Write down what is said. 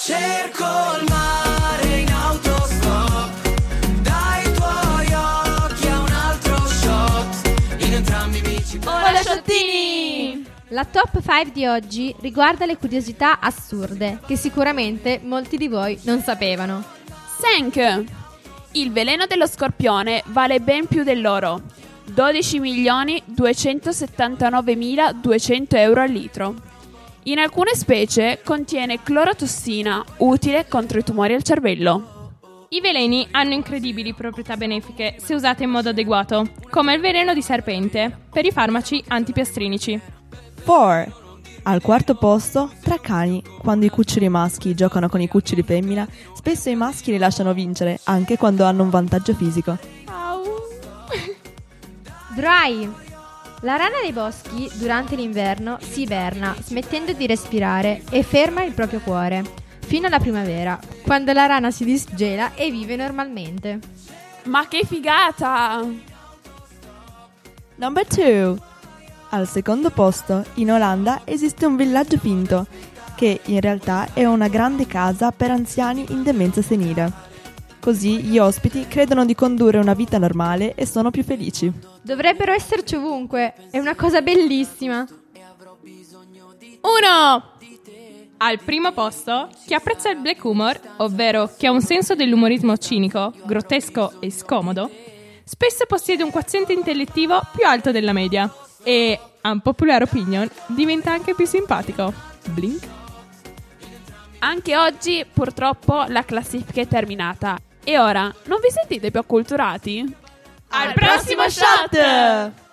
Cerco il mare in autostop, dai tuoi occhi a un altro shot, in entrambi i bici. Ora sciottini! La top 5 di oggi riguarda le curiosità assurde che sicuramente molti di voi non sapevano. Senk! Il veleno dello scorpione vale ben più dell'oro. 12.279.200 euro al litro. In alcune specie contiene clorotossina, utile contro i tumori al cervello. I veleni hanno incredibili proprietà benefiche se usati in modo adeguato, come il veleno di serpente, per i farmaci antipiastrinici. 4. Al quarto posto, tra cani. Quando i cuccioli maschi giocano con i cuccioli femmina, spesso i maschi li lasciano vincere, anche quando hanno un vantaggio fisico. Dry! La rana dei boschi durante l'inverno si iberna, smettendo di respirare, e ferma il proprio cuore, fino alla primavera, quando la rana si disgela e vive normalmente. Ma che figata! Number 2. Al secondo posto, in Olanda, esiste un villaggio finto, che in realtà è una grande casa per anziani in demenza senile. Così gli ospiti credono di condurre una vita normale e sono più felici. Dovrebbero esserci ovunque, è una cosa bellissima. 1. Al primo posto, chi apprezza il black humor, ovvero chi ha un senso dell'umorismo cinico, grottesco e scomodo, spesso possiede un quoziente intellettivo più alto della media e, unpopular opinion, diventa anche più simpatico. Blink. Anche oggi, purtroppo, la classifica è terminata. E ora, non vi sentite più acculturati? Al prossimo shot!